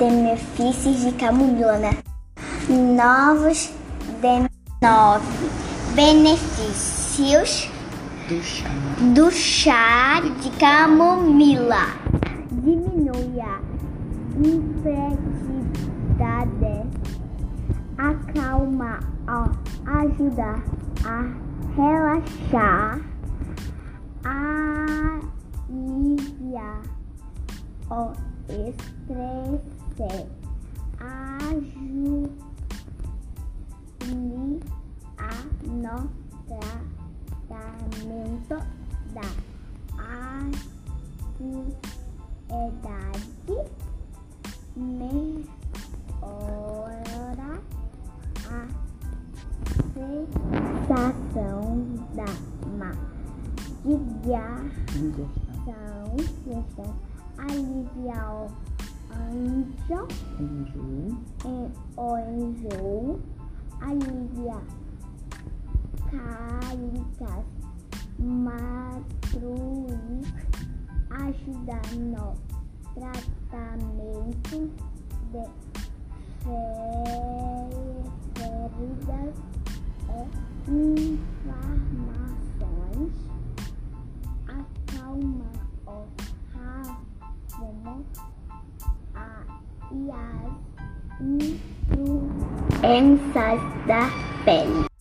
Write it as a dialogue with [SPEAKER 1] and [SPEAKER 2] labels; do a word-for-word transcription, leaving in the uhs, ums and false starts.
[SPEAKER 1] benefícios de camomila, né? Novos de... nove benefícios
[SPEAKER 2] do chá.
[SPEAKER 1] do chá de camomila. Diminui a infectividade, acalma, ó, ajuda a relaxar, alivia o estresse, ajuda no tratamento da ansiedade, melhora a sensação da mastigação, alivia o enjoo, o enjoo, alivia cólicas, matruz, ajuda no tratamento de feridas e inflamações, acalma o ramo e as doenças da pele.